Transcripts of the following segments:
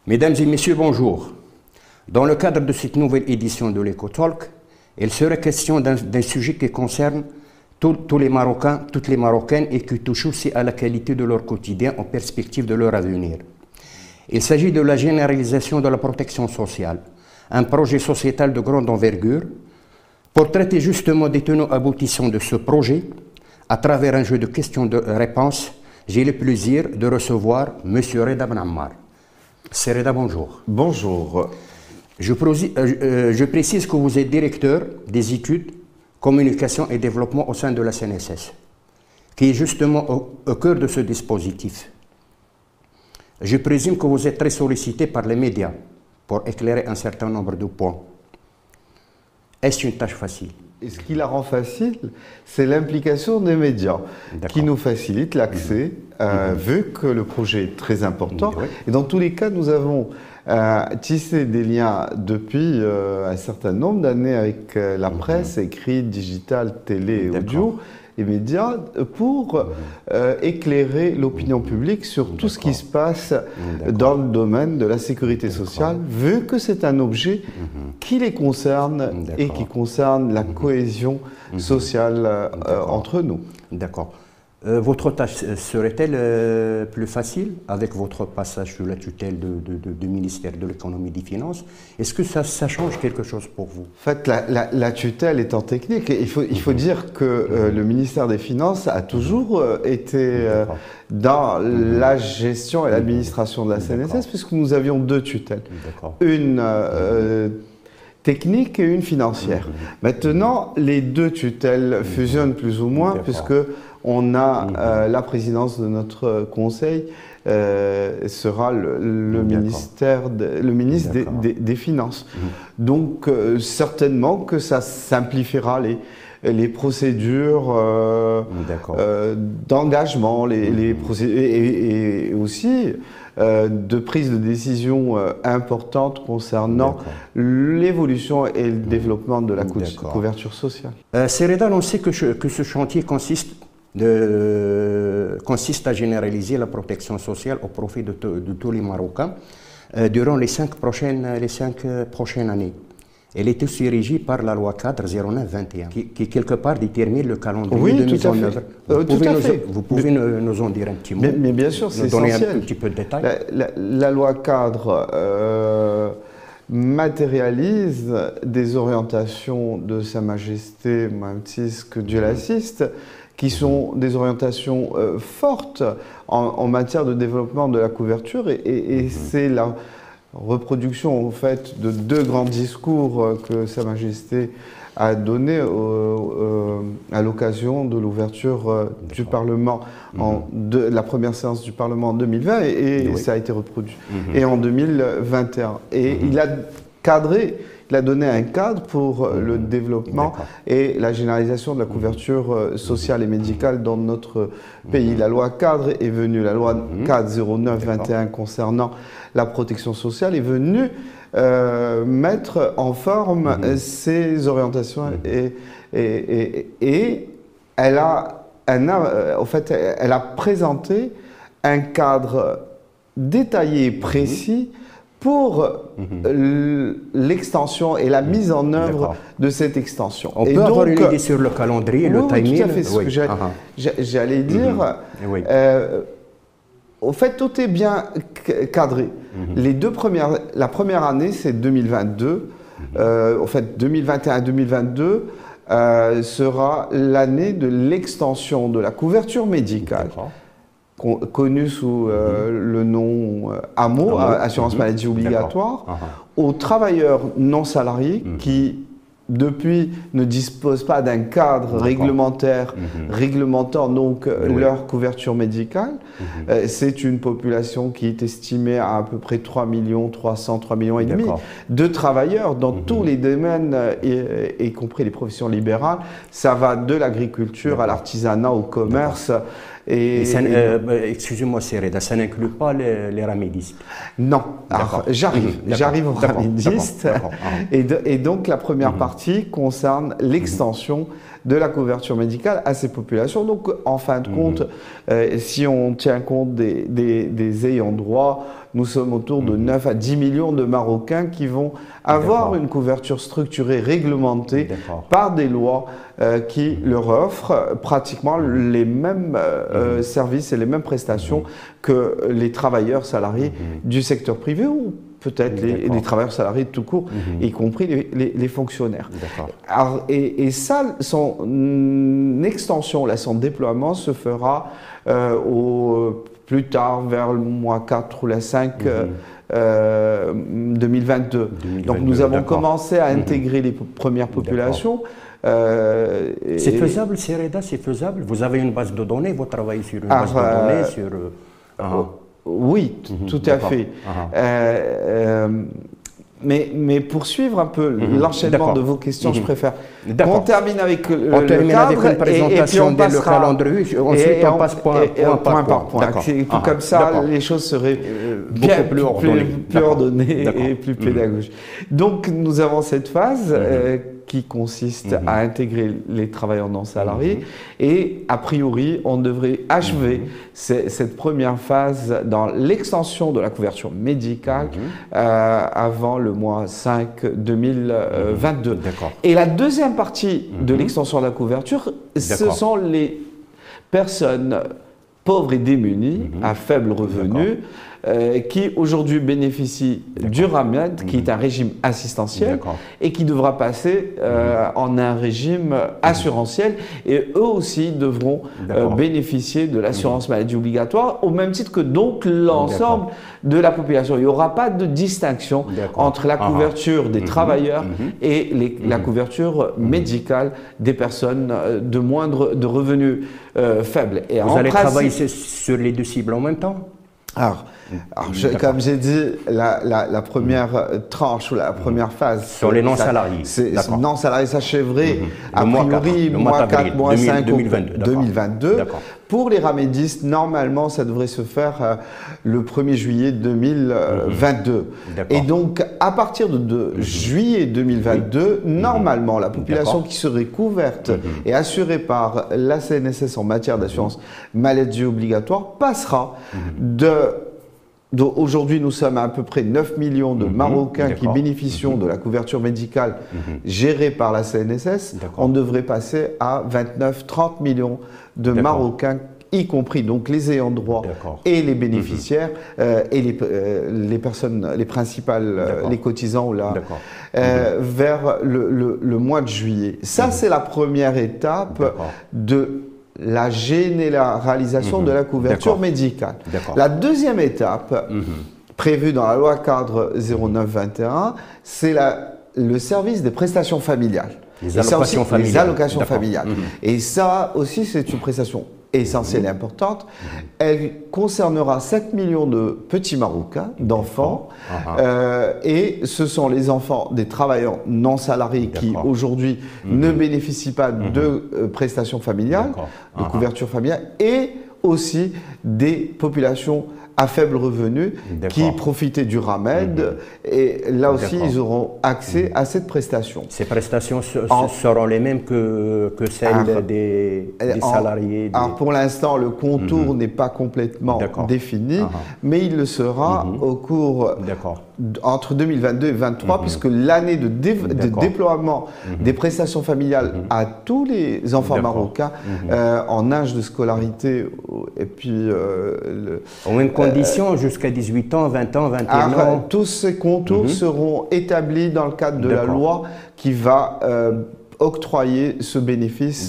Mesdames et messieurs, bonjour. Dans le cadre de cette nouvelle édition de l'EcoTalk, il serait question d'un sujet qui concerne tous les Marocains, toutes les Marocaines et qui touche aussi à la qualité de leur quotidien en perspective de leur avenir. Il s'agit de la généralisation de la protection sociale, un projet sociétal de grande envergure. Pour traiter justement des tenants aboutissants de ce projet, à travers un jeu de questions-réponses, j'ai le plaisir de recevoir M. Reda Ben Ammar. C'est Reda, bonjour. Bonjour. Je précise que vous êtes directeur des études, communication et développement au sein de la CNSS, qui est justement au cœur de ce dispositif. Je présume que vous êtes très sollicité par les médias pour éclairer un certain nombre de points. Est-ce une tâche facile? Et ce qui la rend facile, c'est l'implication des médias qui nous facilite l'accès, vu que le projet est très important. Et dans tous les cas, nous avons tissé des liens depuis un certain nombre d'années avec la presse, écrite, digitale, télé, audio et médias, pour éclairer l'opinion publique sur tout ce qui se passe dans le domaine de la sécurité sociale, vu que c'est un objet qui les concerne et qui concerne la cohésion sociale entre nous. D'accord. Votre tâche serait-elle plus facile avec votre passage sous la tutelle du ministère de l'économie et des finances? Est-ce que ça change quelque chose pour vous? En fait, la tutelle étant technique, il faut dire que le ministère des Finances a toujours été dans la gestion et l'administration de la CNSS, puisque nous avions deux tutelles. Une technique et une financière. Maintenant, les deux tutelles fusionnent plus ou moins, puisque on a la présidence de notre conseil sera le ministre des Finances. Donc certainement que ça simplifiera les procédures d'engagement, et aussi de prise de décision importante concernant l'évolution et le développement de la couverture sociale. Reda, on sait que ce chantier consiste à généraliser la protection sociale au profit de tous les Marocains durant les 5 prochaines années. Elle est aussi régie par la loi cadre 09-21 qui quelque part détermine le calendrier de mise en œuvre. Vous pouvez nous en dire un petit mot? Mais bien sûr, c'est essentiel. Donner un petit peu de détails. La loi cadre matérialise des orientations de Sa Majesté, même que Dieu l'assiste, qui sont des orientations fortes en matière de développement de la couverture, et c'est la reproduction en fait de deux grands discours que Sa Majesté a donnés à l'occasion de l'ouverture du Parlement, la première séance du Parlement en 2020, et ça a été reproduit, et en 2021. Et il a cadré, il a donné un cadre pour le développement et la généralisation de la couverture sociale et médicale dans notre pays. La loi cadre est venue, la loi cadre 09-21 concernant la protection sociale est venue mettre en forme ces orientations, et elle a présenté un cadre détaillé et précis pour l'extension et la mise en œuvre de cette extension. On peut avoir une idée sur le calendrier, le timing? Tout à fait, ce que j'allais dire. Au fait, tout est bien cadré. La première année, c'est 2022. En fait, 2021-2022 sera l'année de l'extension de la couverture médicale, connue sous le nom AMO, Assurance Maladie Obligatoire, aux travailleurs non salariés qui, depuis, ne disposent pas d'un cadre réglementaire réglementant donc leur couverture médicale. C'est une population qui est estimée à peu près 3 300 millions et demi de travailleurs dans tous les domaines, y compris les professions libérales. Ça va de l'agriculture à l'artisanat, au commerce. Excusez-moi, Reda, ça n'inclut pas les ramédistes? Non, j'arrive aux ramédistes. Et donc la première partie concerne l'extension de la couverture médicale à ces populations. Donc, en fin de compte, si on tient compte des ayants droit, nous sommes autour de 9 à 10 millions de Marocains qui vont avoir une couverture structurée, réglementée par des lois qui leur offrent pratiquement les mêmes services et les mêmes prestations que les travailleurs salariés du secteur privé ou peut-être les travailleurs salariés tout court, y compris les fonctionnaires. Alors, et ça, son extension, là, son déploiement se fera plus tard, vers le mois 4 ou la 5 2022. Donc nous avons commencé à intégrer les premières populations. C'est faisable, Sereda, c'est faisable? Vous avez une base de données, vous travaillez sur une base de données, sur... Oui, tout à fait. Mais pour suivre un peu l'enchaînement de vos questions, je préfère qu'on termine avec le cadre une présentation et puis le calendrier. Ensuite, on passe point par point. Comme ça, les choses seraient bien plus ordonnées et plus pédagogiques. Donc, nous avons cette phase qui consiste à intégrer les travailleurs non salariés et a priori on devrait achever cette première phase dans l'extension de la couverture médicale avant le mois 5 2022. Et la deuxième partie de l'extension de la couverture, ce sont les personnes pauvres et démunies à faible revenu qui aujourd'hui bénéficient du RAMED, qui est un régime assistentiel et qui devra passer en un régime assurantiel, et eux aussi devront bénéficier de l'assurance maladie obligatoire au même titre que donc l'ensemble de la population. Il n'y aura pas de distinction entre la couverture des travailleurs et la couverture médicale des personnes de revenus faibles. Et vous allez travailler sur les deux cibles en même temps? Alors, comme j'ai dit, la première tranche ou la première phase sur les non-salariés. Non-salariés s'achèverait a priori mois 4, mois 5 2022. Pour les ramédistes, normalement, ça devrait se faire le 1er juillet 2022. Et donc, à partir de juillet 2022, normalement, la population qui serait couverte et assurée par la CNSS en matière d'assurance maladie obligatoire passera aujourd'hui, nous sommes à peu près 9 millions de Marocains qui bénéficient de la couverture médicale gérée par la CNSS. On devrait passer à 29-30 millions de Marocains, y compris donc les ayants droit et les bénéficiaires et les personnes, les principales, les cotisants vers le mois de juillet. Ça, c'est la première étape de la généralisation de la couverture médicale. La deuxième étape, prévue dans la loi cadre 09-21, c'est le service des prestations familiales. Les allocations familiales. Et ça aussi, c'est une prestation essentielle et importante. Elle concernera 7 millions de petits Marocains, d'enfants, et ce sont les enfants des travailleurs non salariés qui aujourd'hui ne bénéficient pas de prestations familiales, de couverture familiale, et aussi des populations à faible revenu qui profitaient du RAMED, et là aussi ils auront accès à cette prestation. Ces prestations seront les mêmes que celles des salariés Alors pour l'instant le contour n'est pas complètement défini, mais il le sera au cours entre 2022 et 2023, puisque l'année de déploiement des prestations familiales à tous les enfants marocains en âge de scolarité, et puis au même conditions jusqu'à 18 ans, 20 ans, 21 ans. Tous ces contours seront établis dans le cadre de la loi qui va octroyer ce bénéfice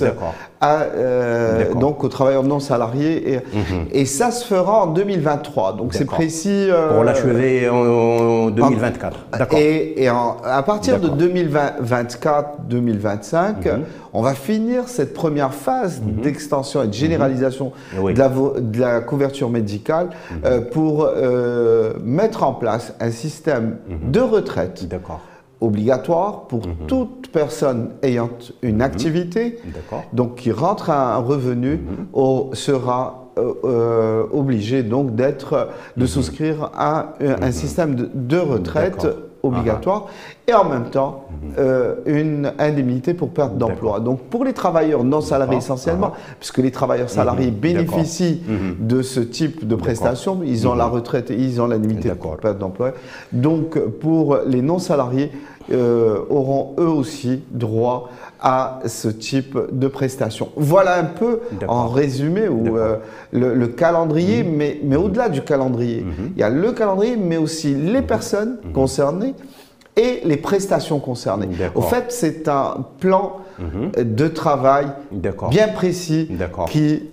donc aux travailleurs non salariés, et ça se fera en 2023, donc c'est précis pour l'achever en 2024. Et à partir de 2024-2025 on va finir cette première phase d'extension et de généralisation de la couverture médicale pour mettre en place un système de retraite obligatoire pour toute personne ayant une activité, donc qui rentre à un revenu, sera obligé donc de souscrire à un système de retraite obligatoire et en même temps une indemnité pour perte d'emploi. Donc pour les travailleurs non salariés essentiellement, puisque les travailleurs salariés bénéficient de ce type de prestations, ils ont la retraite et ils ont l'indemnité pour perte d'emploi. Donc pour les non salariés, auront eux aussi droit à ce type de prestations. Voilà un peu en résumé le calendrier, mais au-delà du calendrier, il y a le calendrier, mais aussi les personnes concernées et les prestations concernées. Au fait, c'est un plan de travail bien précis qui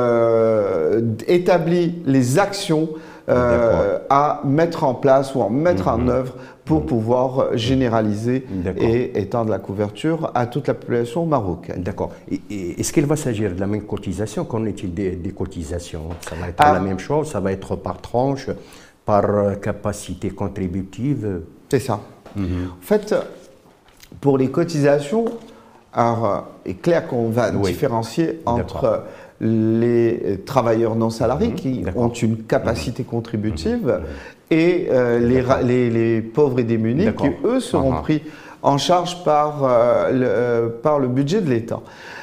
établit les actions à mettre en place ou à mettre en œuvre pour pouvoir généraliser et étendre la couverture à toute la population marocaine. D'accord. Est-ce qu'il va s'agir de la même cotisation? Qu'en est-il des cotisations? Ça va être la même chose? Ça va être par tranche, par capacité contributive? C'est ça. En fait, pour les cotisations, alors, il est clair qu'on va différencier entre les travailleurs non salariés qui ont une capacité contributive et les pauvres et démunis qui, eux, seront pris en charge par le budget de l'État.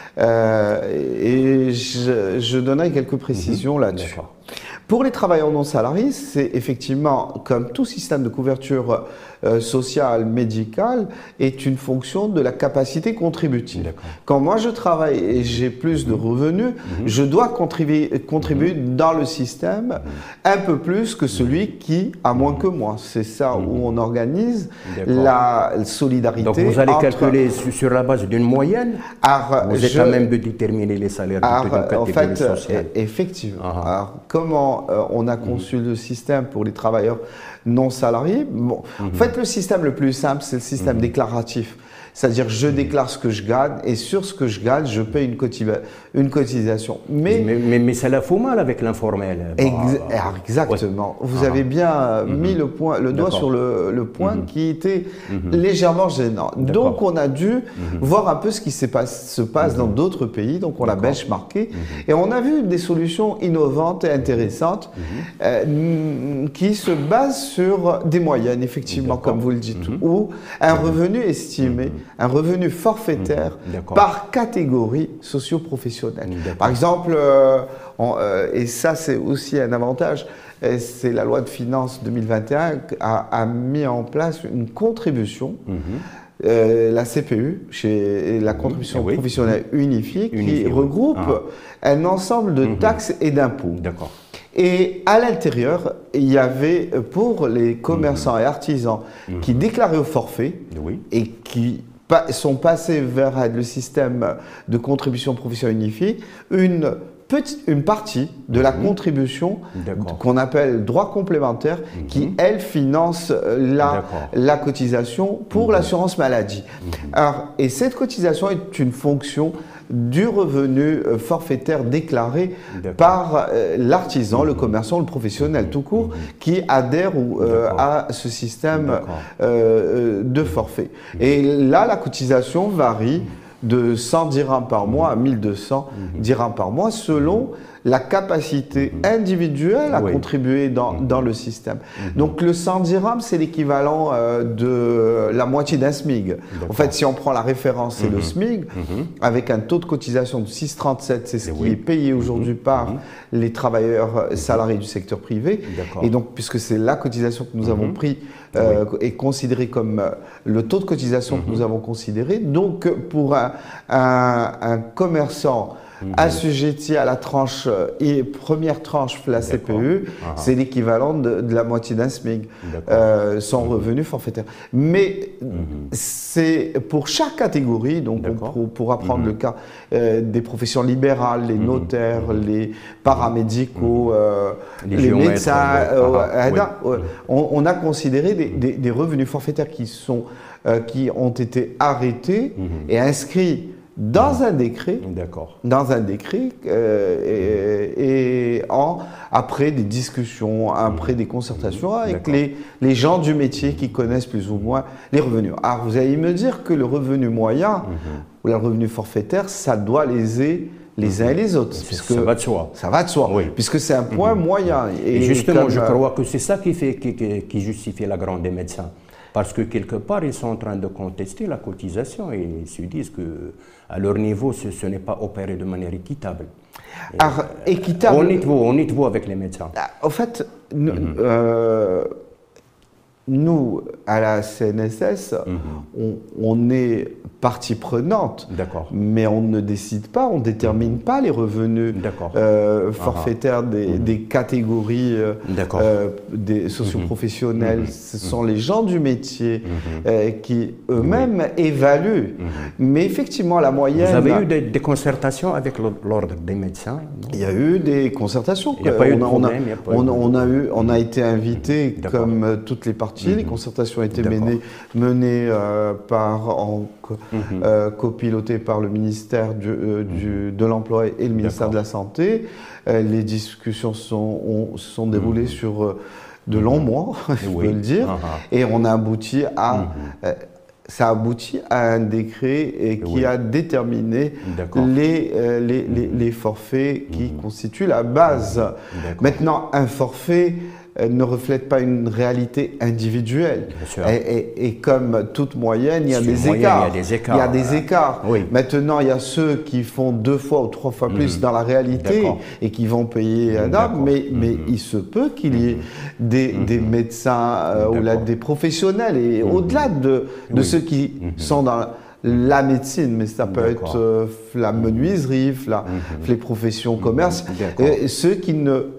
Et je donnerai quelques précisions là-dessus. Pour les travailleurs non salariés, c'est effectivement, comme tout système de couverture sociale, médicale, est une fonction de la capacité contributive. Quand moi je travaille et j'ai plus de revenus, je dois contribuer dans le système un peu plus que celui qui a moins que moi. C'est ça où on organise la solidarité. Donc vous allez calculer sur la base d'une moyenne? Vous êtes à même de déterminer les salaires de toute une catégorie sociale? Effectivement. Alors, comment on a conçu le système pour les travailleurs non salariés? En fait, le système le plus simple, c'est le système déclaratif. C'est-à-dire, je déclare ce que je gagne et sur ce que je gagne, je paye une cotisation. Mais ça la fout mal avec l'informel. Exactement. Vous avez bien mis le doigt sur le point qui était légèrement gênant. Donc, on a dû voir un peu ce qui se passe dans d'autres pays. Donc, on l'a benchmarké et on a vu des solutions innovantes et intéressantes qui se basent sur des moyennes, effectivement, comme vous le dites, ou un revenu estimé, un revenu forfaitaire par catégorie socio-professionnelle. Par exemple, et ça c'est aussi un avantage, c'est la loi de finances 2021 a mis en place une contribution, la CPU, la contribution professionnelle unifiée, qui regroupe un ensemble de taxes et d'impôts. Et à l'intérieur, il y avait pour les commerçants et artisans qui déclaraient au forfait et qui sont passés vers le système de contribution professionnelle unifiée, une partie de la contribution qu'on appelle droit complémentaire qui, elle, finance la cotisation pour l'assurance maladie. Alors, et cette cotisation est une fonction du revenu forfaitaire déclaré par l'artisan, le commerçant, le professionnel tout court, qui adhère à ce système de forfait. Et là, la cotisation varie de 100 dirhams par mois à 1200 dirhams par mois selon la capacité individuelle à contribuer dans le système. Donc le 100 dirhams, c'est l'équivalent de la moitié d'un SMIG. En fait, si on prend la référence, c'est le SMIG, avec un taux de cotisation de 6,37, c'est ce qui est payé aujourd'hui par les travailleurs salariés du secteur privé. Et donc, puisque c'est la cotisation que nous avons pris et considérée comme le taux de cotisation que nous avons considéré, donc pour un commerçant assujetti à la tranche première tranche la CPU, c'est l'équivalent de la moitié d'un SMIG, son revenu forfaitaire. Mais c'est pour chaque catégorie, donc on pourra prendre le cas des professions libérales, les notaires, les paramédicaux, les médecins, on a considéré des revenus forfaitaires qui ont été arrêtés et inscrits dans un décret, après des discussions, après des concertations avec les gens du métier qui connaissent plus ou moins les revenus. Alors vous allez me dire que le revenu moyen ou le revenu forfaitaire, ça doit léser les uns et les autres. Puisque ça va de soi. Ça va de soi, puisque c'est un point moyen. Et justement, je crois que c'est ça qui justifie la grande des médecins. Parce que quelque part, ils sont en train de contester la cotisation et ils se disent que à leur niveau, ce n'est pas opéré de manière équitable. Alors, équitable. On est vous avec les médecins. En fait, nous, à la CNSS, on est partie prenante, mais on ne décide pas, on ne détermine pas les revenus forfaitaires des catégories des socioprofessionnels. Ce sont les gens du métier qui eux-mêmes évaluent. Mais effectivement, la moyenne... Vous avez eu des concertations avec l'ordre des médecins? Il y a eu des concertations. Il n'y a pas eu de problème? On a été invités comme toutes les parties. Les concertations ont été menées copilotées par le ministère de l'Emploi et le ministère de la Santé. Les discussions se sont déroulées sur de longs mois, je peux le dire, et on a abouti à... ça aboutit à un décret qui a déterminé les forfaits qui constituent la base. Maintenant, un forfait ne reflète pas une réalité individuelle. Et comme toute moyenne, il y a des écarts. Il y a des écarts. Maintenant, il y a ceux qui font 2 fois ou 3 fois plus dans la réalité et qui vont payer un arbre, mais il se peut qu'il y ait des médecins ou des professionnels, et au-delà de ceux qui sont dans la médecine, mais ça peut être la menuiserie, les professions commerce, et ceux qui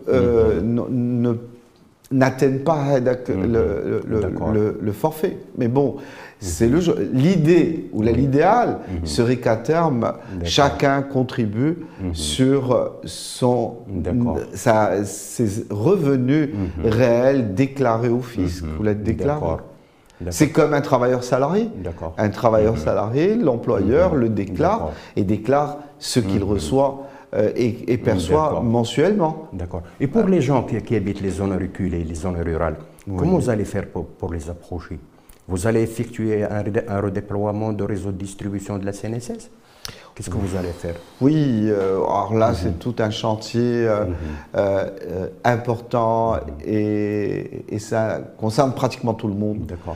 n'atteignent pas le forfait. Mais bon, c'est l'idée ou l'idéal serait qu'à terme, chacun contribue sur ses revenus réels déclarés au fisc ou l'aide déclarée. C'est comme un travailleur salarié. Un travailleur salarié, l'employeur le déclare et déclare ce qu'il reçoit et perçoit mensuellement. D'accord. Et pour les gens qui habitent les zones reculées, les zones rurales, comment vous allez faire pour les approcher? Vous allez effectuer un redéploiement de réseau de distribution de la CNSS? Qu'est-ce que vous allez faire? Oui, alors là, c'est tout un chantier important et ça concerne pratiquement tout le monde. D'accord.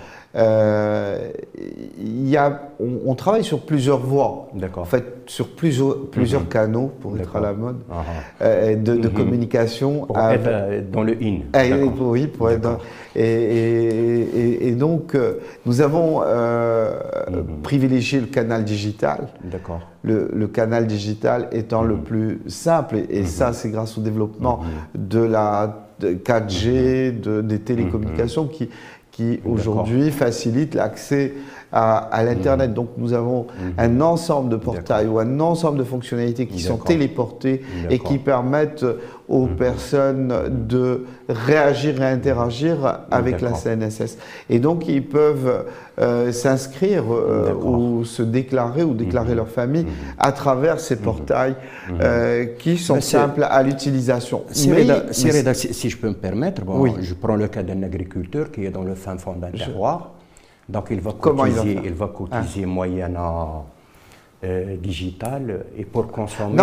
On travaille sur plusieurs voies, en fait, sur plusieurs canaux, pour être à la mode, de communication. Pour être dans le in. Oui, pour être dans... Et donc, nous avons privilégié le canal digital. D'accord. Le canal digital étant le plus simple, et ça, c'est grâce au développement de la 4G, des télécommunications qui aujourd'hui facilite l'accès à l'Internet. Donc nous avons un ensemble de portails ou un ensemble de fonctionnalités qui sont téléportées et qui permettent aux personnes de réagir et interagir avec la CNSS. Et donc ils peuvent s'inscrire ou se déclarer ou déclarer leur famille à travers ces portails qui sont simples à l'utilisation. Si je peux me permettre, je prends le cas d'un agriculteur qui est dans le fin fond d'un terroir. Donc il va cotiser moyennant digital, et pour consommer,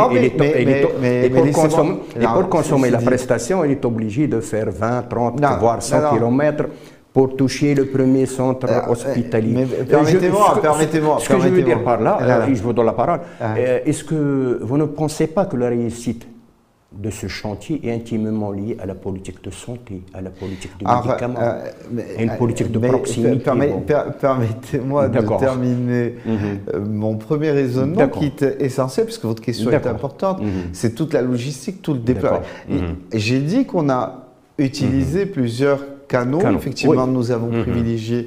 pour consommer la prestation, il est obligé de faire 20, 30, voire 100 km pour toucher le premier centre hospitalier. Permettez-moi. Ce que je veux dire par là, je vous donne la parole, est-ce que vous ne pensez pas que la réussite de ce chantier est intimement lié à la politique de santé, à la politique de médicaments, à une politique de proximité? Permettez-moi de terminer mon premier raisonnement qui est essentiel, puisque votre question est importante. C'est toute la logistique, tout le déploiement. J'ai dit qu'on a utilisé plusieurs canaux. Effectivement, nous avons privilégié,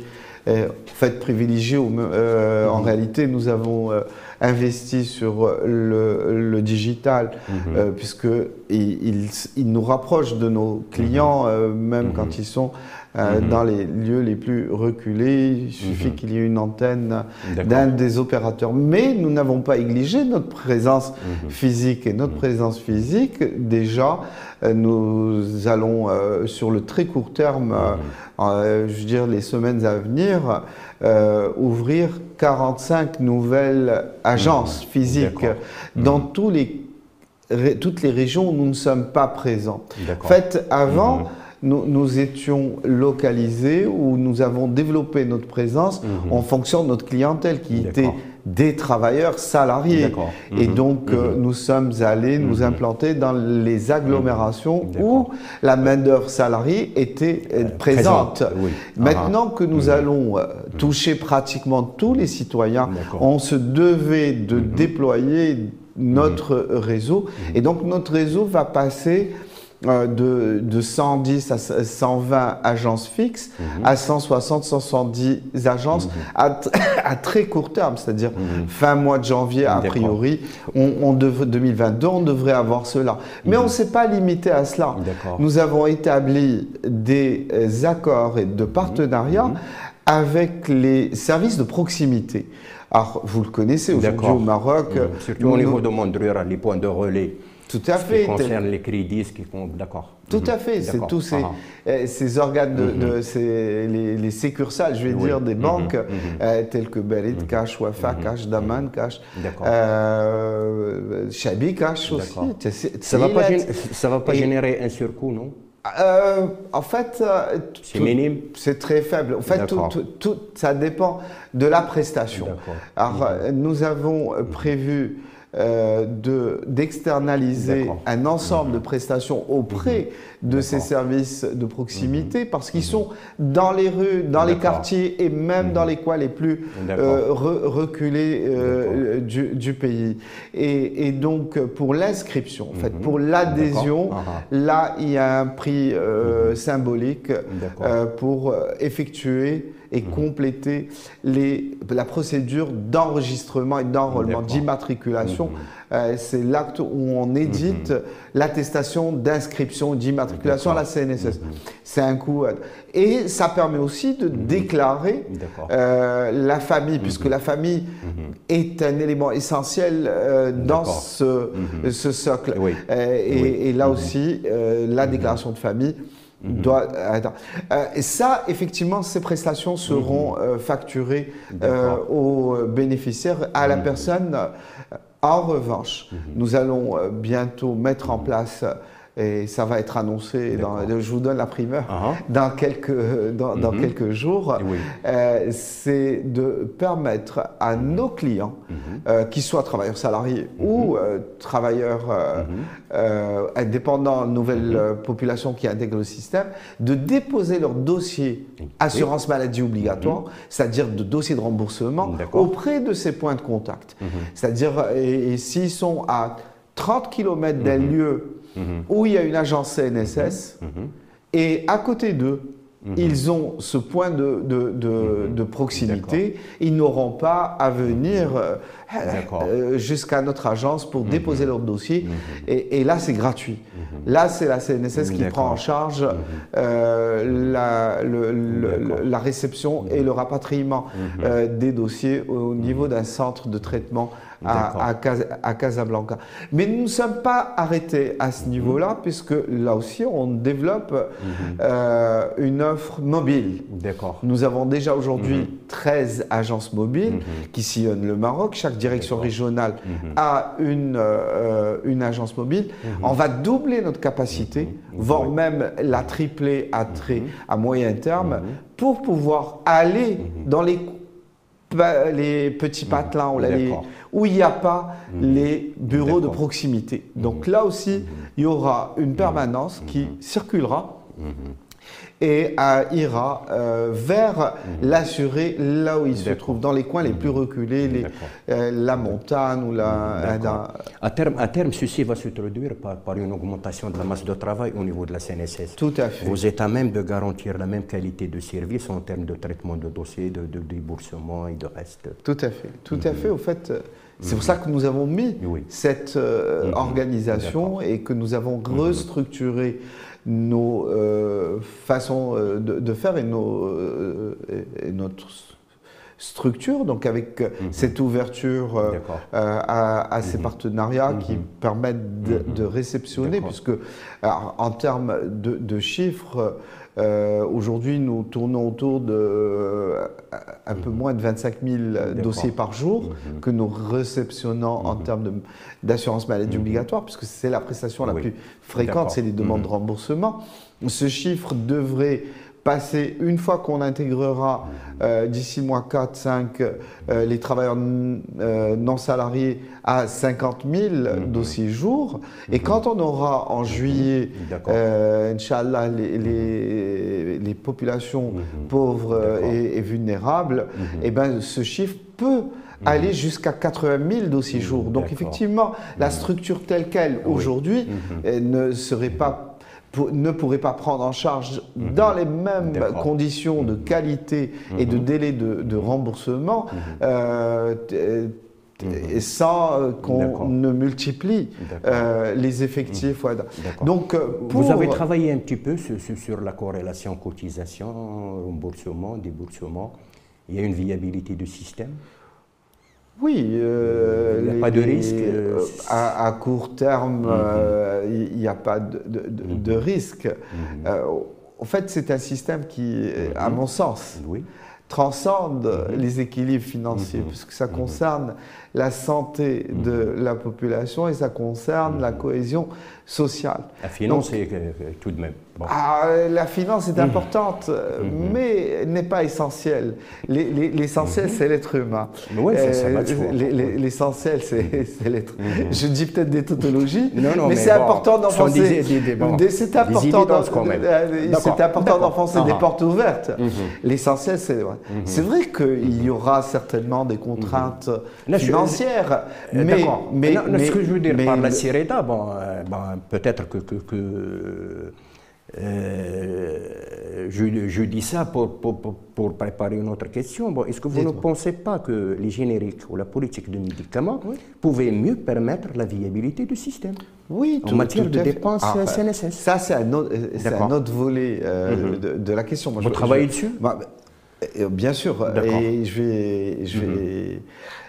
en réalité, nous avons investi sur le digital, puisqu'il nous rapproche de nos clients, même quand ils sont dans les lieux les plus reculés. Il suffit qu'il y ait une antenne d'un des opérateurs. Mais nous n'avons pas négligé notre présence physique. Et notre présence physique, déjà, nous allons sur le très court terme, je veux dire les semaines à venir, ouvrir 45 nouvelles agences physiques dans toutes les régions où nous ne sommes pas présents. En fait, avant, nous étions localisés, où nous avons développé notre présence en fonction de notre clientèle qui était des travailleurs salariés. Et donc, nous sommes allés nous implanter dans les agglomérations où la main-d'œuvre salariée était présente. Maintenant que nous allons toucher pratiquement tous les citoyens, on se devait de déployer notre réseau. Et donc, notre réseau va passer de 110 à 120 agences fixes à 160, 170 agences à très court terme, c'est-à-dire fin mois de janvier a priori, 2022, on devrait avoir cela. Mais on ne s'est pas limité à cela. Nous avons établi des accords et de partenariats avec les services de proximité. Alors, vous le connaissez aujourd'hui au Maroc. Surtout au niveau de monde rural, les points de relais. Tout à fait. Qui concerne les crédits, qui font. D'accord. Tout à fait. C'est tous ces organes, les sécursales, je vais dire, des banques, telles que Berit Cash, Wafa Cash, Daman Cash, Shabi Cash aussi. Ça ne va pas générer un surcoût, non? En fait, c'est minime. C'est très faible. En fait, tout ça dépend de la prestation. Alors, nous avons prévu d'externaliser un ensemble de prestations auprès de ces services de proximité parce qu'ils sont dans les rues, dans les quartiers et même dans les coins les plus reculés du pays. Et donc, pour l'inscription, en fait, pour l'adhésion, là, il y a un prix symbolique pour effectuer et compléter la procédure d'enregistrement et d'enrôlement, d'immatriculation. C'est l'acte où on édite l'attestation d'inscription d'immatriculation à la CNSS. C'est un coût. Et ça permet aussi de déclarer la famille, puisque la famille est un élément essentiel dans ce socle. Et là aussi, la déclaration de famille et ça, effectivement, ces prestations seront facturées aux bénéficiaires, à la personne. En revanche, nous allons bientôt mettre en place, et ça va être annoncé, je vous donne la primeur, dans quelques jours, c'est de permettre à nos clients, qu'ils soient travailleurs salariés ou travailleurs indépendants, nouvelle population qui intègre le système, de déposer leur dossier assurance maladie obligatoire, c'est-à-dire de dossier de remboursement, auprès de ces points de contact. C'est-à-dire, et s'ils sont à 30 km d'un lieu où il y a une agence CNSS, et à côté d'eux, ils ont ce point de proximité, ils n'auront pas à venir jusqu'à notre agence pour déposer leur dossier, et là c'est gratuit. Là c'est la CNSS qui prend en charge la réception et le rapatriement des dossiers au niveau d'un centre de traitement à Casablanca. Mais nous ne sommes pas arrêtés à ce niveau-là, puisque là aussi on développe une offre mobile. Nous avons déjà aujourd'hui 13 agences mobiles qui sillonnent le Maroc. Chaque direction régionale a une agence mobile. On va doubler notre capacité, voire même la tripler à moyen terme, pour pouvoir aller dans les petits patelins où il n'y a pas les bureaux de proximité. Donc là aussi, il y aura une permanence qui circulera et ira vers l'assuré là où il se trouve, dans les coins les plus reculés, la montagne ou À terme, ceci va se traduire par une augmentation de la masse de travail au niveau de la CNSS. Tout à fait. Vous êtes à même de garantir la même qualité de service en termes de traitement de dossiers, de déboursement et de reste. Tout à fait. Tout à fait. Au fait, c'est pour ça que nous avons mis cette organisation et que nous avons restructuré nos façons de faire et structures, donc avec cette ouverture à ces partenariats qui permettent de réceptionner, puisque alors, en termes de chiffres, aujourd'hui nous tournons autour de un peu moins de 25 000 dossiers par jour que nous réceptionnons en termes d'assurance maladie obligatoire, puisque c'est la prestation la plus fréquente, c'est les demandes de remboursement. Ce chiffre devrait passer, une fois qu'on intégrera d'ici le mois 4-5 les travailleurs non salariés, à 50 000 dossiers jour. Et quand on aura en juillet, Inch'Allah, les populations pauvres et vulnérables, et ben, ce chiffre peut aller jusqu'à 80 000 dossiers jour. Donc effectivement, la structure telle qu'elle aujourd'hui ne pourrait pas prendre en charge dans les mêmes conditions de qualité et de délai de remboursement et sans qu'on ne multiplie les effectifs. Donc, vous avez travaillé un petit peu sur la corrélation cotisation, remboursement, déboursement. Il y a une viabilité du système? Oui, il n'y a pas de risque à court terme, il n'y a pas de risque. En fait, c'est un système qui, à mon sens, transcende les équilibres financiers, puisque ça concerne la santé de la population et ça concerne la cohésion sociale. La finance, donc, tout de même. Bon. La finance est importante, mais n'est pas essentielle. L'essentiel, c'est l'être humain. L'essentiel, c'est l'être. Je dis peut-être des tautologies, mais c'est important d'enfoncer. C'est important d'enfoncer des portes ouvertes. L'essentiel, c'est. C'est vrai qu'il y aura certainement des contraintes financières, mais ce que je veux dire par la CIREDA, peut-être que je dis ça pour préparer une autre question. Bon, est-ce que vous ne pensez pas que les génériques ou la politique de médicaments pouvaient mieux permettre la viabilité du système en matière de dépenses CNSS? Ça, c'est un autre volet de la question. Vous travaillez dessus? Bien sûr, et je vais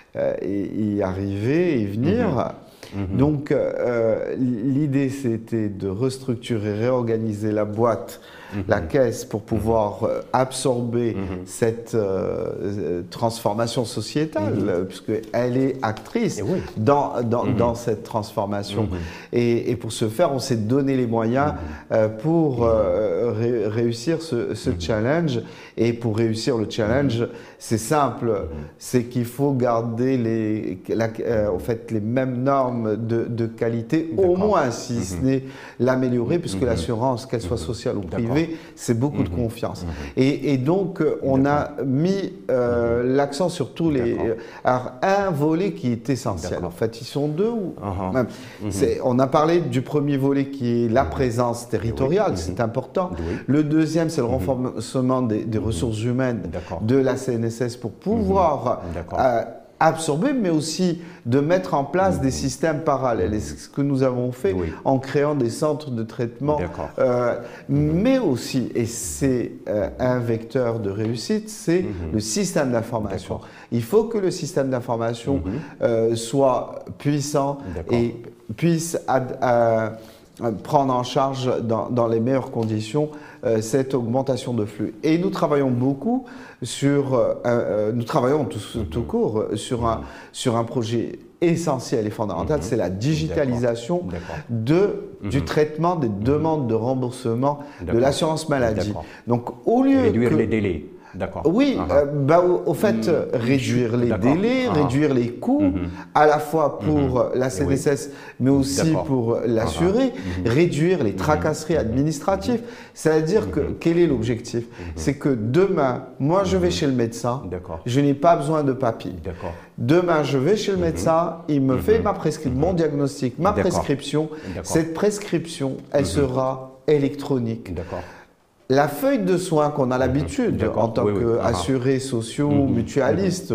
y arriver et venir. Donc, l'idée, c'était de restructurer, réorganiser la boîte, la caisse, pour pouvoir absorber cette transformation sociétale, puisqu'elle est actrice dans cette transformation. Et pour ce faire, on s'est donné les moyens pour réussir ce challenge. Et pour réussir le challenge, c'est simple, c'est qu'il faut garder les mêmes normes de qualité, au moins, si ce n'est l'améliorer, puisque l'assurance, qu'elle soit sociale ou privée, c'est beaucoup de confiance. Et donc, on a mis l'accent sur tous les... Alors, un volet qui est essentiel. En fait, ils sont deux. Même. On a parlé du premier volet qui est la présence territoriale, c'est important. Le deuxième, c'est le renforcement des ressources humaines de la CNSS pour pouvoir absorber, mais aussi de mettre en place des systèmes parallèles. Et c'est ce que nous avons fait en créant des centres de traitement, mais aussi, et c'est un vecteur de réussite, c'est le système d'information. Il faut que le système d'information soit puissant et puisse prendre en charge dans les meilleures conditions cette augmentation de flux. Et nous travaillons beaucoup nous travaillons tout court sur un projet essentiel et fondamental, c'est la digitalisation du traitement des demandes de remboursement de l'assurance maladie. Donc, au lieu réduire les délais. Oui, au fait, réduire les délais, réduire les coûts, à la fois pour la CNSS, mais aussi pour l'assuré, réduire les tracasseries administratives. C'est-à-dire que, quel est l'objectif? C'est que demain, moi je vais chez le médecin, je n'ai pas besoin de papier. Demain, je vais chez le médecin, il me fait mon diagnostic, ma prescription. Cette prescription, elle sera électronique. La feuille de soins qu'on a l'habitude en tant qu'assurés sociaux, mutualistes,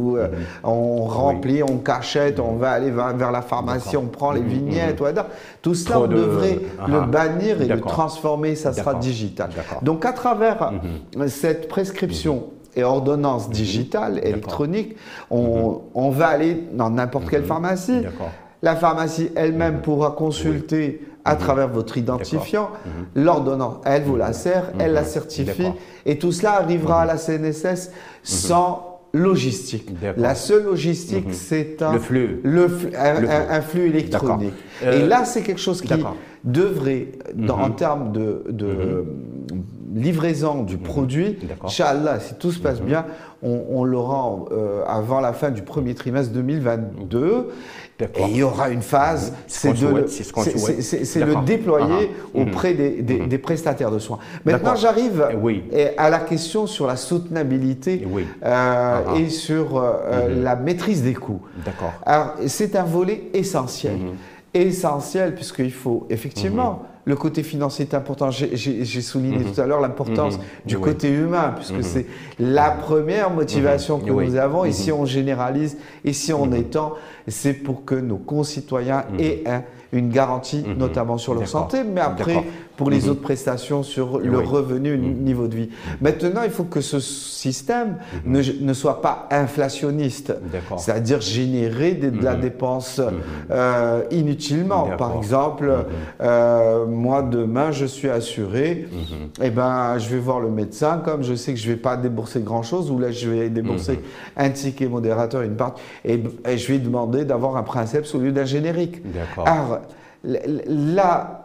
on remplit, on cachette, on va aller vers la pharmacie, on prend les vignettes, tout cela on devrait le bannir et le transformer, ça sera digital. Donc à travers cette prescription et ordonnance digitale, électronique, on va aller dans n'importe quelle pharmacie. La pharmacie elle-même pourra consulter à travers votre identifiant. L'ordonnance, elle vous la sert, elle la certifie. Et tout cela arrivera à la CNSS sans logistique. La seule logistique, c'est un flux électronique. Et là, c'est quelque chose qui devrait, en termes de livraison du produit, Inch'Allah, si tout se passe bien, on l'aura avant la fin du premier trimestre 2022. Et il y aura une phase, c'est le déployer auprès des prestataires de soins. Maintenant, j'arrive à la question sur la soutenabilité et sur la maîtrise des coûts. Alors, c'est un volet essentiel. Essentiel, puisqu'il faut effectivement, le côté financier est important. J'ai souligné tout à l'heure l'importance du côté humain, puisque c'est la première motivation que nous avons. Et si on généralise, et si on étend, c'est pour que nos concitoyens aient une garantie, notamment sur leur santé, mais après, pour les autres prestations, sur le revenu, le niveau de vie. Maintenant, il faut que ce système ne soit pas inflationniste, c'est-à-dire générer de la dépense inutilement. Par exemple, moi, demain, je suis assuré, et ben, je vais voir le médecin, comme je sais que je ne vais pas débourser grand-chose, ou là, je vais débourser un ticket modérateur, une part, et je vais demander d'avoir un princeps au lieu d'un générique. Alors, là,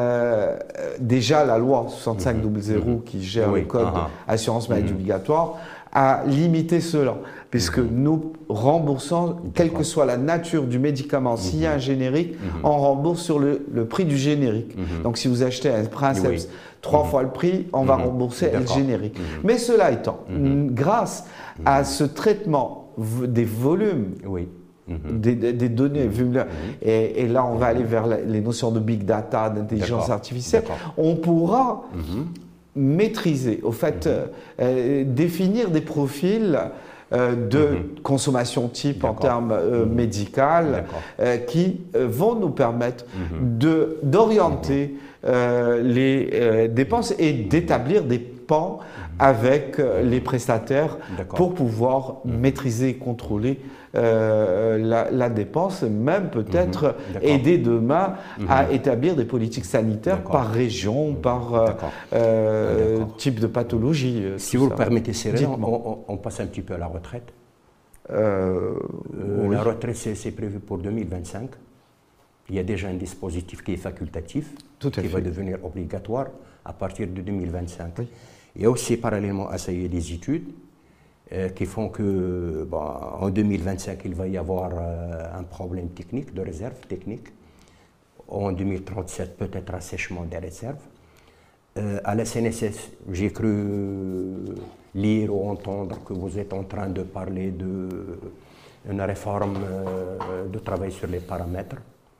déjà, la loi 6500 qui gère le code assurance maladie obligatoire a limité cela, puisque nous remboursons, quelle que soit la nature du médicament, s'il y a un générique, on rembourse sur le prix du générique. Donc, si vous achetez un princeps 3 fois le prix, on va rembourser le générique. Mais cela étant, grâce à ce traitement des volumes, des données vulnérables. Et là, on va aller vers les notions de big data, d'intelligence artificielle. On pourra maîtriser, au fait, définir des profils de consommation type en termes médical qui vont nous permettre d'orienter les dépenses et d'établir des pans avec les prestataires pour pouvoir maîtriser et contrôler la dépense, même peut-être aider demain à établir des politiques sanitaires par région, par type de pathologie. Si vous le permettez, Cyril, on passe un petit peu à la retraite. La retraite, c'est prévu pour 2025. Il y a déjà un dispositif qui est facultatif, qui va devenir obligatoire à partir de 2025. Il y a aussi parallèlement à ça, il y a des études qui font que en 2025, il va y avoir un problème technique, de réserve technique. En 2037, peut-être un assèchement des réserves. À la CNSS, j'ai cru lire ou entendre que vous êtes en train de parler d'une réforme de travail sur les paramètres.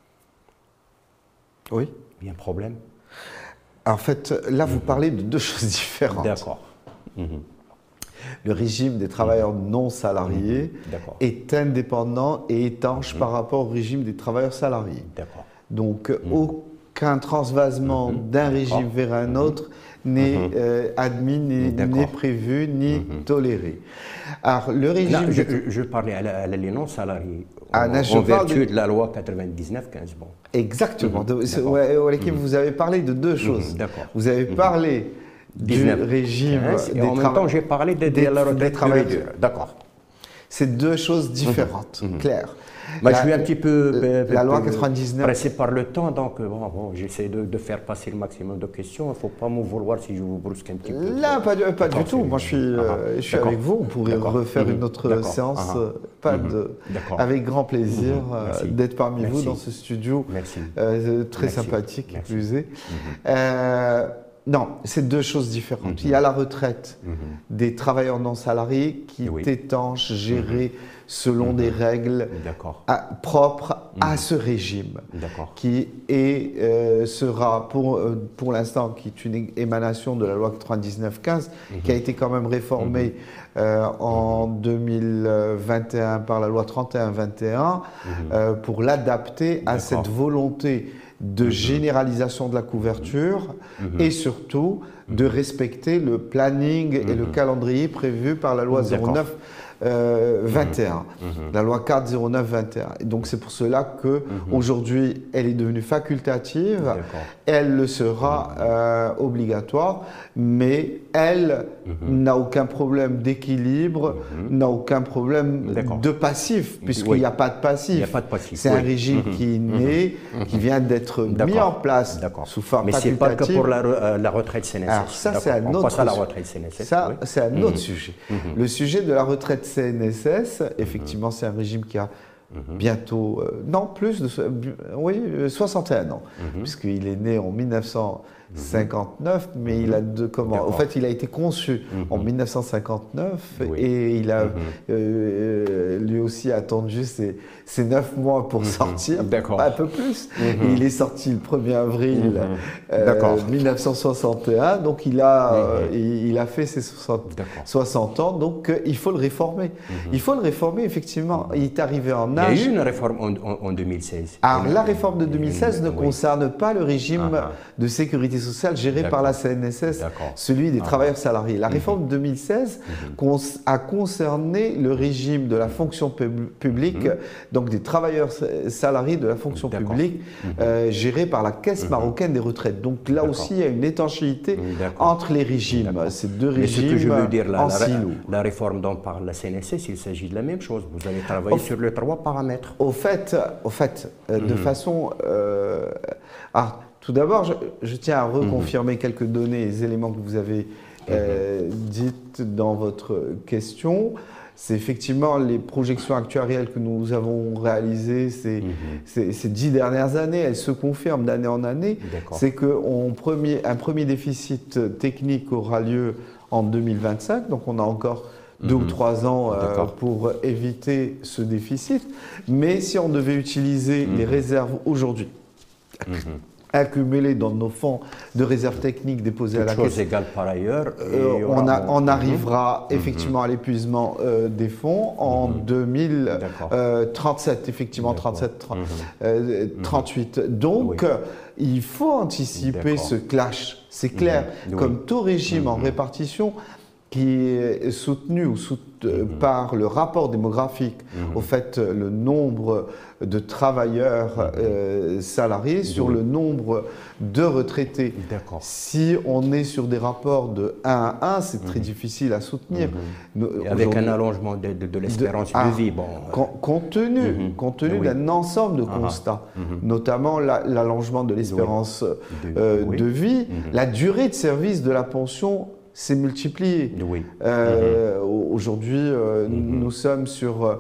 Oui. Il y a un problème. En fait, là, vous parlez de deux choses différentes. D'accord. Le régime des travailleurs non salariés est indépendant et étanche par rapport au régime des travailleurs salariés. Donc, aucun transvasement d'un régime vers un autre n'est admis, n'est prévu, ni toléré. Alors, le régime... Là, je parlais à les non salariés. En vertu de la loi 99-15. Bon. Exactement. Vous avez parlé de deux choses. Vous avez parlé du régime et en même temps, j'ai parlé des travailleurs. D'accord. C'est deux choses différentes, claires. Je suis un petit peu la loi 99 pressé par le temps, donc j'essaie de faire passer le maximum de questions. Il ne faut pas me vouloir si je vous brusque un petit peu. Là, pas du tout. Moi, je suis avec vous. On pourrait refaire une autre séance, avec grand plaisir d'être parmi vous dans ce studio très sympathique, qui plus est. Non, c'est deux choses différentes. Il y a la retraite des travailleurs non salariés qui est étanche, gérée selon des règles propres à ce régime, qui sera pour l'instant, qui est une émanation de la loi 99-15, qui a été quand même réformée en 2021 par la loi 31-21 pour l'adapter à cette volonté de généralisation de la couverture et surtout de respecter le planning et le calendrier prévu par la loi 09 21, la loi 409-21. Et donc c'est pour cela que aujourd'hui elle est devenue facultative, elle le sera obligatoire, mais elle n'a aucun problème d'équilibre, n'a aucun problème de passif, puisqu'il n'y a pas de passif. C'est un régime qui est né, qui vient d'être mis en place sous forme facultative. Mais ce n'est pas que pour la retraite CNSS. Alors ça c'est un autre sujet. Le sujet de la retraite CNSS, effectivement, c'est un régime qui a bientôt, 61 ans, puisqu'il est né en 1959, mais il a en fait, il a été conçu en 1959 et il a lui aussi attendu ses 9 mois pour sortir, un peu plus. Et il est sorti le 1er avril 1961, donc il a fait ses 60 ans, donc il faut le réformer. Il faut le réformer, effectivement. Il est arrivé en âge. Il y a eu une réforme en 2016. Alors, la réforme de 2016 ne concerne pas le régime de sécurité sociale géré par la CNSS, celui des travailleurs salariés. La réforme de 2016 a concerné le régime de la fonction publique, donc des travailleurs salariés de la fonction publique gérés par la Caisse marocaine des retraites. Donc là aussi, il y a une étanchéité entre les régimes. Ces deux régimes ce que je veux dire, en silo. La réforme dont parle la CNSS, il s'agit de la même chose. Vous avez travaillé sur les 3 paramètres. Au fait, de façon... tout d'abord, je tiens à reconfirmer quelques données et éléments que vous avez dites dans votre question. C'est effectivement les projections actuarielles que nous avons réalisées ces 10 dernières années, elles se confirment d'année en année. C'est qu'un premier déficit technique aura lieu en 2025, donc on a encore 2 ou 3 ans pour éviter ce déficit. Mais si on devait utiliser les réserves aujourd'hui, accumulées dans nos fonds de réserves techniques déposés à la Caisse, égale par ailleurs, on arrivera effectivement à l'épuisement des fonds en 2037, effectivement 38. Donc, il faut anticiper ce clash. C'est clair, comme tout régime en répartition qui est soutenu par le rapport démographique, au fait, le nombre de travailleurs salariés sur le nombre de retraités. Si on est sur des rapports de 1 à 1, c'est très difficile à soutenir. Avec un allongement de l'espérance de vie. Compte tenu d'un ensemble de constats, notamment l'allongement de l'espérance de vie, la durée de service de la pension s'est multiplié. Aujourd'hui, nous sommes sur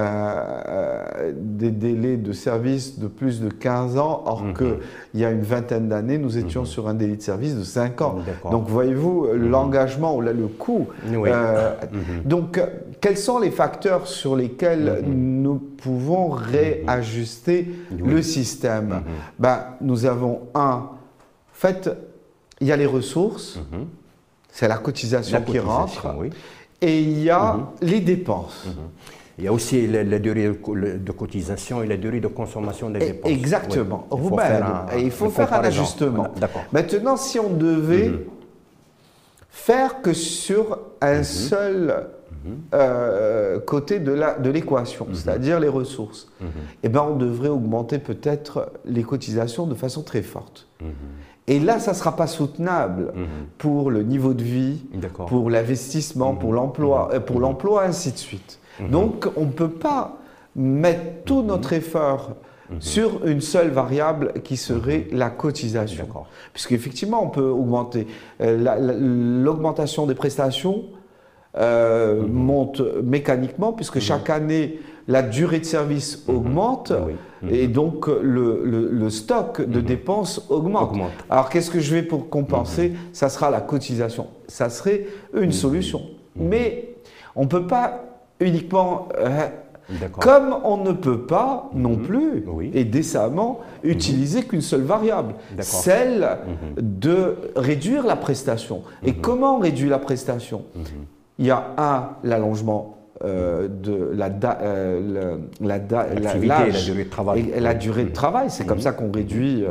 des délais de service de plus de 15 ans, or qu'il y a une vingtaine d'années, nous étions sur un délai de service de 5 ans. Donc, voyez-vous, l'engagement ou là, le coût. Donc, quels sont les facteurs sur lesquels nous pouvons réajuster le système? Nous avons en fait, il y a les ressources. C'est la cotisation qui rentre. Et il y a les dépenses. Il y a aussi la durée de cotisation et la durée de consommation des dépenses. Exactement. Il faut faire un ajustement. Maintenant, si on devait faire que sur un seul côté de l'équation, c'est-à-dire les ressources, on devrait augmenter peut-être les cotisations de façon très forte. Et là, ça ne sera pas soutenable pour le niveau de vie, pour l'investissement, pour l'emploi, ainsi de suite. Donc, on ne peut pas mettre tout notre effort sur une seule variable qui serait la cotisation. Puisqu'effectivement, on peut augmenter. L'augmentation des prestations monte mécaniquement, puisque chaque année, la durée de service augmente et donc le stock de dépenses augmente. Alors qu'est-ce que je vais pour compenser? Ça sera la cotisation. Ça serait une solution. Mais on ne peut pas uniquement... Comme on ne peut pas non plus, et décemment, utiliser qu'une seule variable, celle de réduire la prestation. Et comment on réduit la prestation? Il y a l'allongement de la durée de travail. Et la durée de travail. C'est comme ça qu'on réduit,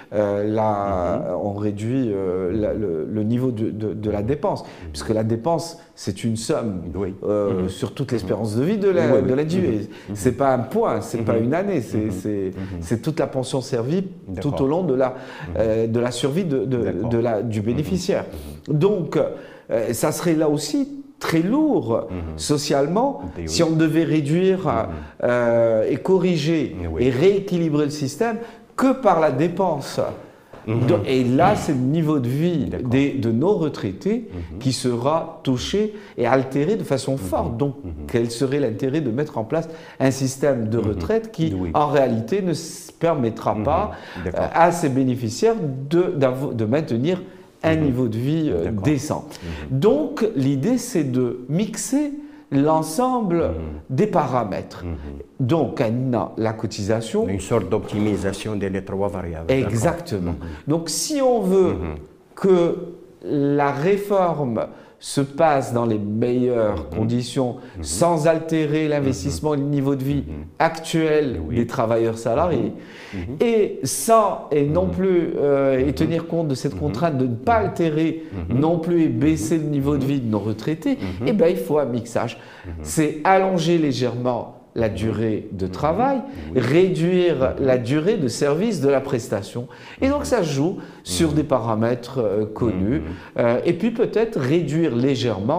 le niveau de la dépense. Puisque la dépense, c'est une somme sur toute l'espérance de vie de l'individu. C'est pas un point, c'est pas une année, c'est toute la pension servie tout au long de la survie du bénéficiaire. Donc, ça serait là aussi très lourd socialement si on devait réduire et corriger et rééquilibrer le système que par la dépense. Et là, c'est le niveau de vie de nos retraités qui sera touché et altéré de façon forte. Donc, quel serait l'intérêt de mettre en place un système de retraite qui, en réalité, ne permettra pas à ses bénéficiaires de maintenir un niveau de vie décent. Donc, l'idée, c'est de mixer l'ensemble des paramètres. Donc, la cotisation... Une sorte d'optimisation des trois variables. Exactement. Donc, si on veut que la réforme se passe dans les meilleures conditions, sans altérer l'investissement et le niveau de vie actuel des travailleurs salariés, et non plus et tenir compte de cette contrainte de ne pas altérer non plus et baisser le niveau de vie de nos retraités, eh bien, il faut un mixage. C'est allonger légèrement la durée de travail, réduire la durée de service de la prestation. Et donc ça joue sur des paramètres connus. Et puis peut-être réduire légèrement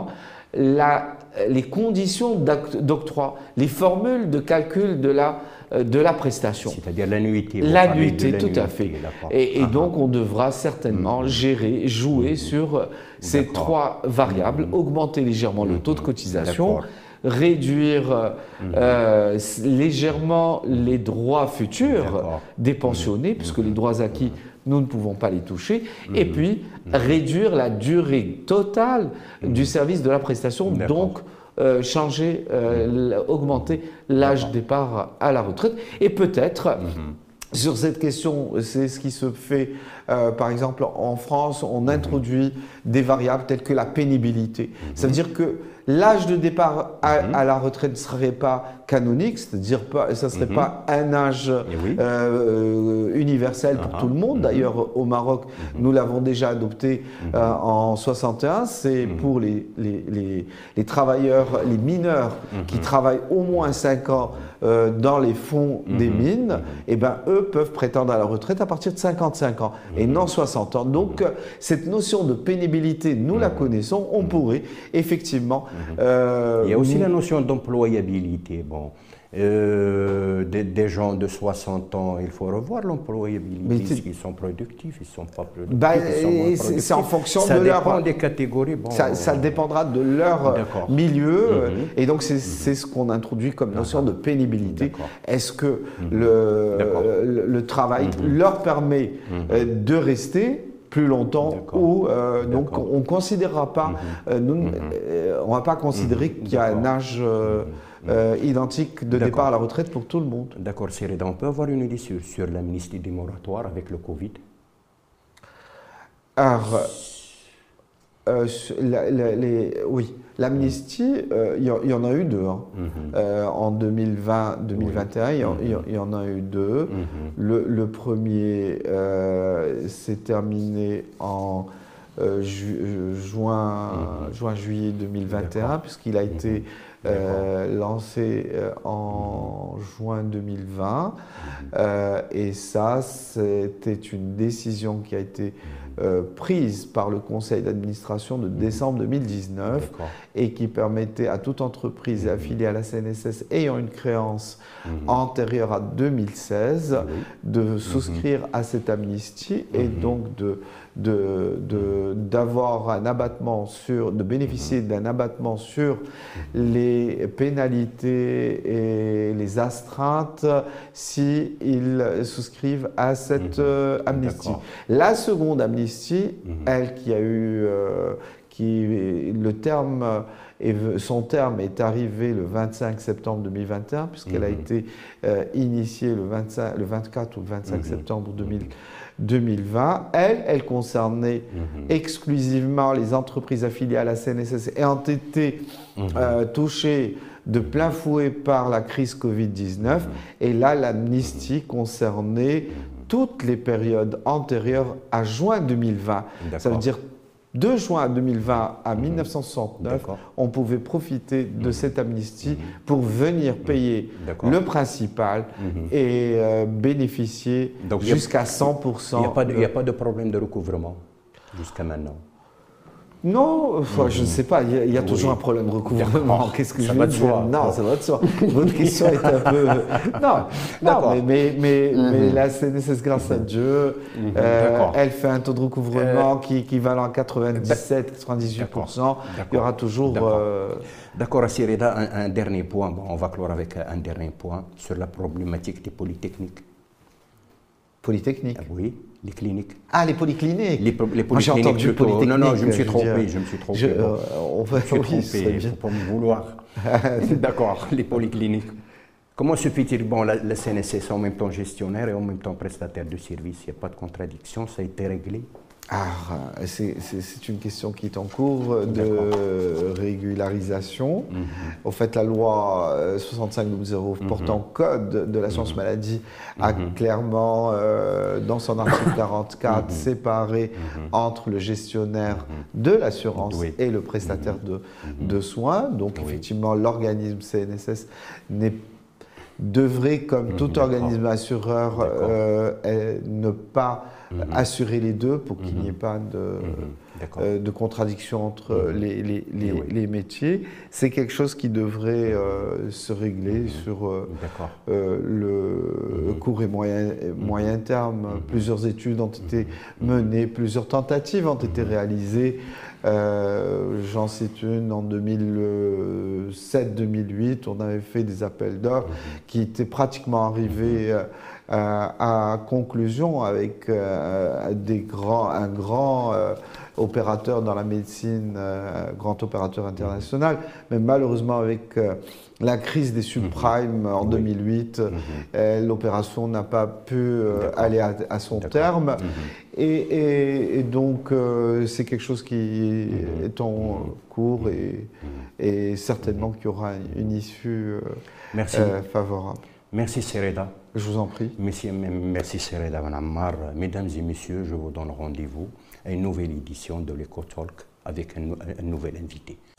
les conditions d'octroi, les formules de calcul de la prestation. C'est-à-dire l'annuité. L'annuité, tout à fait. Et donc on devra certainement jouer sur ces trois variables, augmenter légèrement le taux de cotisation, réduire légèrement les droits futurs des pensionnés, puisque les droits acquis, nous ne pouvons pas les toucher, et puis réduire la durée totale du service de la prestation, donc augmenter l'âge de départ à la retraite, et peut-être... Sur cette question, c'est ce qui se fait, par exemple, en France, on introduit des variables telles que la pénibilité. Ça veut dire que l'âge de départ à la retraite ne serait pas canonique, c'est-à-dire ça ne serait pas un âge universel pour tout le monde. D'ailleurs, au Maroc, nous l'avons déjà adopté en 61. C'est pour les travailleurs, les mineurs qui travaillent au moins 5 ans dans les fonds des mines, et ben eux peuvent prétendre à la retraite à partir de 55 ans et non 60 ans. Donc, cette notion de pénibilité, nous la connaissons, on pourrait effectivement... Il y a aussi la notion d'employabilité. Bon, des gens de 60 ans, il faut revoir l'employabilité. Est-ce qu'ils sont productifs, ils ne sont pas productifs, c'est en fonction de leur... Ça dépend des catégories. Bon, ça dépendra de leur milieu. Et donc, c'est ce qu'on introduit comme notion de pénibilité. Est-ce que le travail leur permet de rester plus longtemps ou donc on ne considérera pas, on va pas considérer qu'il y a un âge identique de départ à la retraite pour tout le monde. D'accord, Sérida, on peut avoir une idée sur l'amnistie des moratoires avec le Covid? Alors, oui, l'amnistie, il y en a eu deux. En 2020-2021, il y en a eu deux. Le premier s'est terminé en juin-juillet 2021, puisqu'il a été lancé en juin 2020. Et ça, c'était une décision qui a été prise par le conseil d'administration de décembre 2019 et qui permettait à toute entreprise affiliée à la CNSS ayant une créance antérieure à 2016 de souscrire à cette amnistie et donc d'avoir un abattement de bénéficier d'un abattement sur les pénalités et les astreintes s'ils souscrivent à cette amnistie. La seconde amnistie, elle qui a eu, son terme est arrivé le 25 septembre 2021, puisqu'elle a été initiée le 24 ou le 25 septembre 2020. Elle concernait exclusivement les entreprises affiliées à la CNSS et ont été touchées de plein fouet par la crise Covid-19. Et là, l'amnistie concernait toutes les périodes antérieures à juin 2020. Ça veut dire de juin 2020 à 1969, on pouvait profiter de cette amnistie pour venir payer le principal et bénéficier jusqu'à 100%. Il n'y a pas de problème de recouvrement jusqu'à maintenant? Non, je ne sais pas, il y a toujours un problème de recouvrement. Qu'est-ce que je veux dire? Non, ça va de soi. Votre question est un peu... Non, mais la CNSS, grâce à Dieu, elle fait un taux de recouvrement qui est équivalent à 97-98%. Il y aura toujours... D'accord, Assireda, un dernier point. Bon, on va clore avec un dernier point sur la problématique des polytechniques. Polytechniques? Oui, les cliniques. Ah, les polycliniques. Les polycliniques. J'ai entendu polytechnique. Non, je me suis trompé. Je me suis trompé. Il ne faut pas me vouloir. D'accord, les polycliniques. Comment se fait-il? Bon, la CNSS est en même temps gestionnaire et en même temps prestataire de services. Il n'y a pas de contradiction, ça a été réglé? C'est une question qui est en cours de régularisation. Au fait, la loi 65/0 portant code de l'assurance maladie a clairement, dans son article 44, séparé entre le gestionnaire de l'assurance et le prestataire de soins. Donc, effectivement, l'organisme CNSS devrait, comme tout organisme assureur, ne pas assurer les deux pour qu'il n'y ait pas de contradiction entre les métiers. C'est quelque chose qui devrait se régler sur le court et moyen terme. Plusieurs études ont été menées, plusieurs tentatives ont été réalisées. J'en cite une en 2007-2008, on avait fait des appels d'offres qui étaient pratiquement arrivés à conclusion avec un grand opérateur dans la médecine, grand opérateur international, mais malheureusement avec la crise des subprimes en 2008, l'opération n'a pas pu aller à son terme. Et donc, c'est quelque chose qui est en cours et certainement qu'il y aura une issue favorable. Merci Sereda. Je vous en prie. Merci Sereda Vanammar. Mesdames et messieurs, je vous donne rendez-vous à une nouvelle édition de l'EcoTalk avec un nouvel invité.